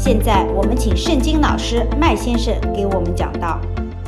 现在我们请圣经老师麦先生给我们讲道。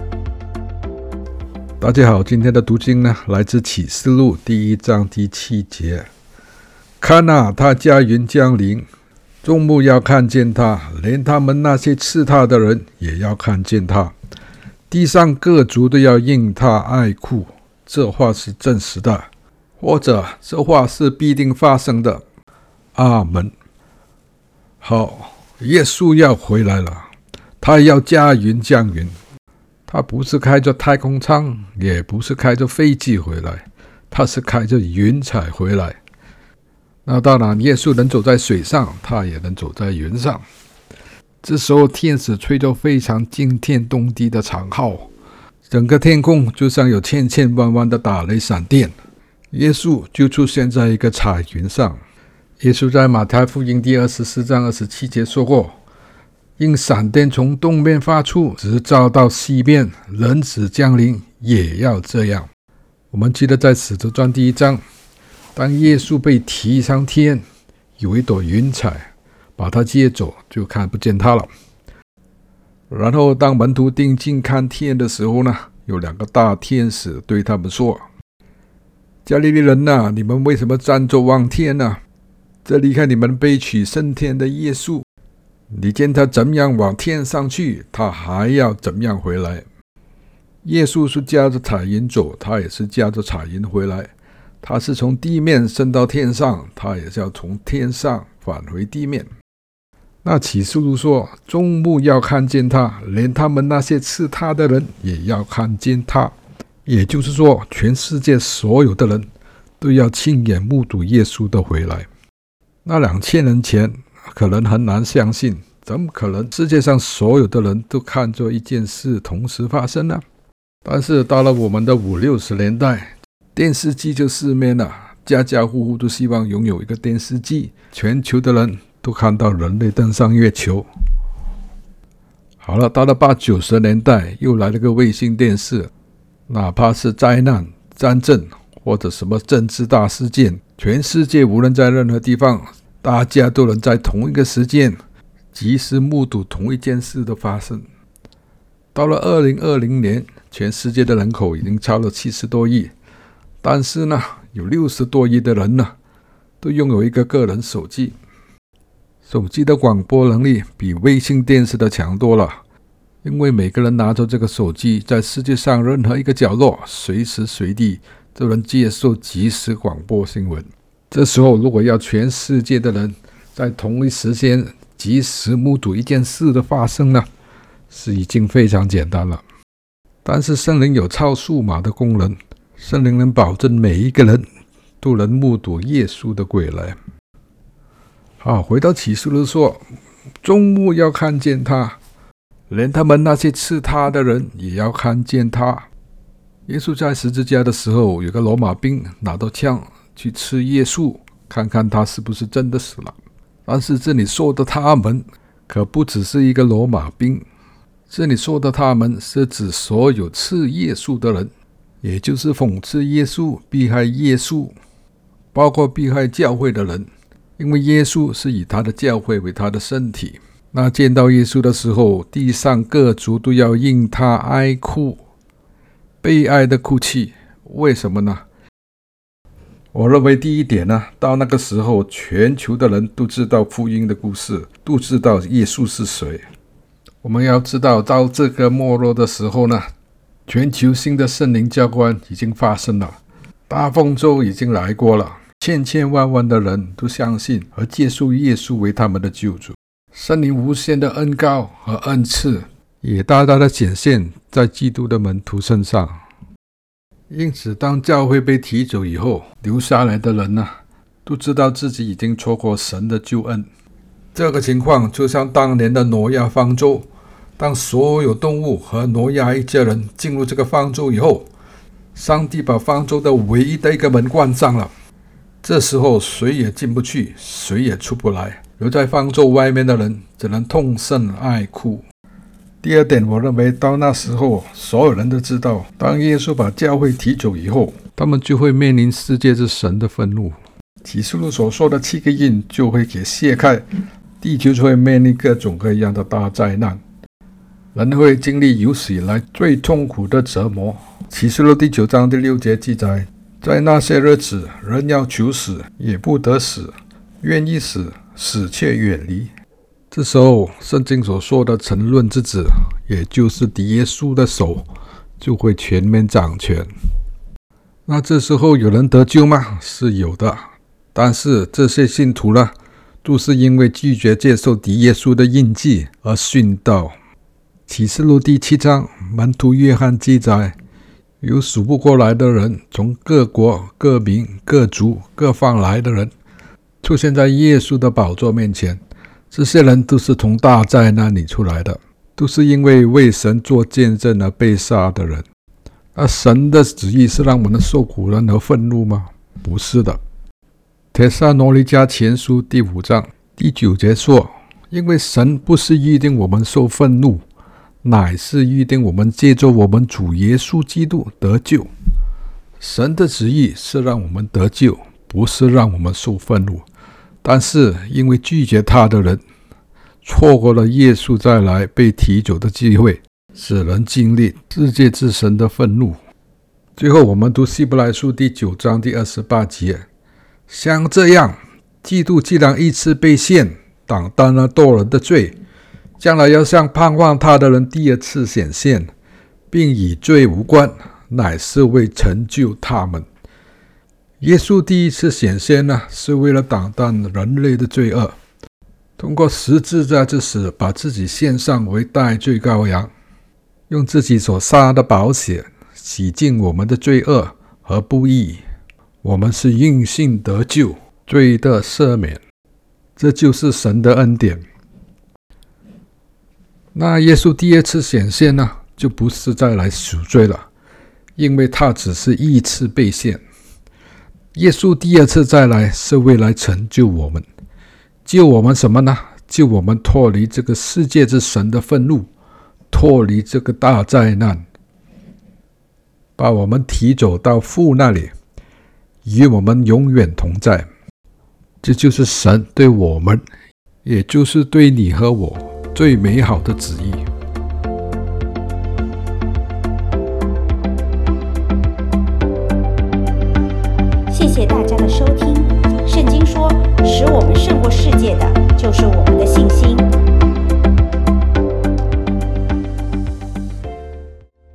大家好，今天的读经呢，来自启示录第1章第7节。看啊，他驾云降临，众目要看见他，连他们那些刺他的人也要看见他。地上各族都要因他爱哭。这话是真实的，或者这话是必定发生的。阿们。好，耶稣要回来了，他要驾云降临。他不是开着太空舱，也不是开着飞机回来，他是开着云彩回来。那当然，耶稣能走在水上，他也能走在云上。这时候，天使吹着非常惊天动地的长号，整个天空就像有千千万万的打雷闪电。耶稣就出现在一个彩云上。耶稣在马太福音第24章27节说过，因闪电从东边发出，直照到西边，人子降临也要这样。我们记得在使徒传第1章，当耶稣被提上天，有一朵云彩把他接走，就看不见他了。然后当门徒定睛看天的时候呢，有2个大天使对他们说，加利利人啊，你们为什么站着望天呢？这离开你们被取升天的耶稣，你见他怎样往天上去，他还要怎样回来。耶稣是驾着彩云走，他也是驾着彩云回来。他是从地面升到天上，他也是要从天上返回地面。那启示录说，众目要看见他，连他们那些刺他的人也要看见他。也就是说，全世界所有的人都要亲眼目睹耶稣的回来。那2000年前可能很难相信，怎么可能世界上所有的人都看着一件事同时发生呢？但是到了我们的50、60年代，电视机就市面了，家家户户都希望拥有一个电视机，全球的人都看到人类登上月球。好了，到了80、90年代，又来了个卫星电视，哪怕是灾难、战争或者什么政治大事件，全世界无论在任何地方，大家都能在同一个时间及时目睹同一件事的发生。到了2020年，全世界的人口已经超了70多亿，但是呢，有60多亿的人呢，都拥有一个个人手机。手机的广播能力比卫星电视的强多了，因为每个人拿着这个手机，在世界上任何一个角落，随时随地都能接受即时广播新闻。这时候，如果要全世界的人在同一时间即时目睹一件事的发生呢，是已经非常简单了。但是圣灵有超数码的功能，圣灵能保证每一个人都能目睹耶稣的归来。好，回到启示录说，众目要看见他，连他们那些刺他的人也要看见他。耶稣在十字架的时候，有个罗马兵拿到枪去刺耶稣，看看他是不是真的死了。但是这里说的他们可不只是一个罗马兵，这里说的他们是指所有刺耶稣的人，也就是讽刺耶稣、逼害耶稣，包括逼害教会的人，因为耶稣是以他的教会为他的身体。那见到耶稣的时候，地上各族都要因他哀哭，悲哀的哭泣。为什么呢？我认为第一点呢，到那个时候，全球的人都知道福音的故事，都知道耶稣是谁。我们要知道，到这个没落的时候呢，全球性的圣灵浇灌已经发生了，大丰收已经来过了，千千万万的人都相信和接受耶稣为他们的救主。圣灵无限的恩膏和恩赐也大大的显现在基督的门徒身上。因此，当教会被提走以后，留下来的人呢，都知道自己已经错过神的救恩。这个情况就像当年的挪亚方舟，当所有动物和挪亚一家人进入这个方舟以后，上帝把方舟的唯一的一个门关上了，这时候谁也进不去，谁也出不来，留在方舟外面的人只能痛声哀哭。第二点，我认为到那时候，所有人都知道，当耶稣把教会提走以后，他们就会面临世界之神的愤怒。启示录所说的7个印就会给卸开， 地球会面临各种各样的大灾难，人会经历有史以来最痛苦的折磨。启示录第9章第6节记载，在那些日子，人要求死，也不得死；愿意死，死却远离。这时候，圣经所说的沉沦之子，也就是敌耶稣的手，就会全面掌权。那这时候有人得救吗？是有的，但是这些信徒呢，都是因为拒绝接受敌耶稣的印记而殉道。启示录第7章，门徒约翰记载，有数不过来的人，从各国、各民、各族、各方来的人，出现在耶稣的宝座面前。这些人都是从大灾难里出来的，都是因为为神做见证而被杀的人。那神的旨意是让我们受苦人而愤怒吗？不是的。帖撒罗尼迦前书第5章第9节说，因为神不是预定我们受愤怒，乃是预定我们借着我们主耶稣基督得救。神的旨意是让我们得救，不是让我们受愤怒。但是因为拒绝他的人，错过了耶稣再来被提走的机会，使人经历世界之神的愤怒。最后我们读希伯来书第9章第28节，像这样，基督既然一次被献，担当了多人的罪，将来要向盼望他的人第二次显现，并与罪无关，乃是为成就他们。耶稣第一次显现呢，是为了担当人类的罪恶，通过十字架之死，把自己献上为代罪羔羊，用自己所杀的宝血洗净我们的罪恶和不义。我们是因信得救，罪的赦免，这就是神的恩典。那耶稣第二次显现呢，就不是再来赎罪了，因为他只是一次被献。耶稣第二次再来是为来成就我们，救我们什么呢？救我们脱离这个世界之神的愤怒，脱离这个大灾难，把我们提走到父那里，与我们永远同在。这就是神对我们，也就是对你和我最美好的旨意。 谢谢大家的收听。圣经说，使我们胜过世界的，就是我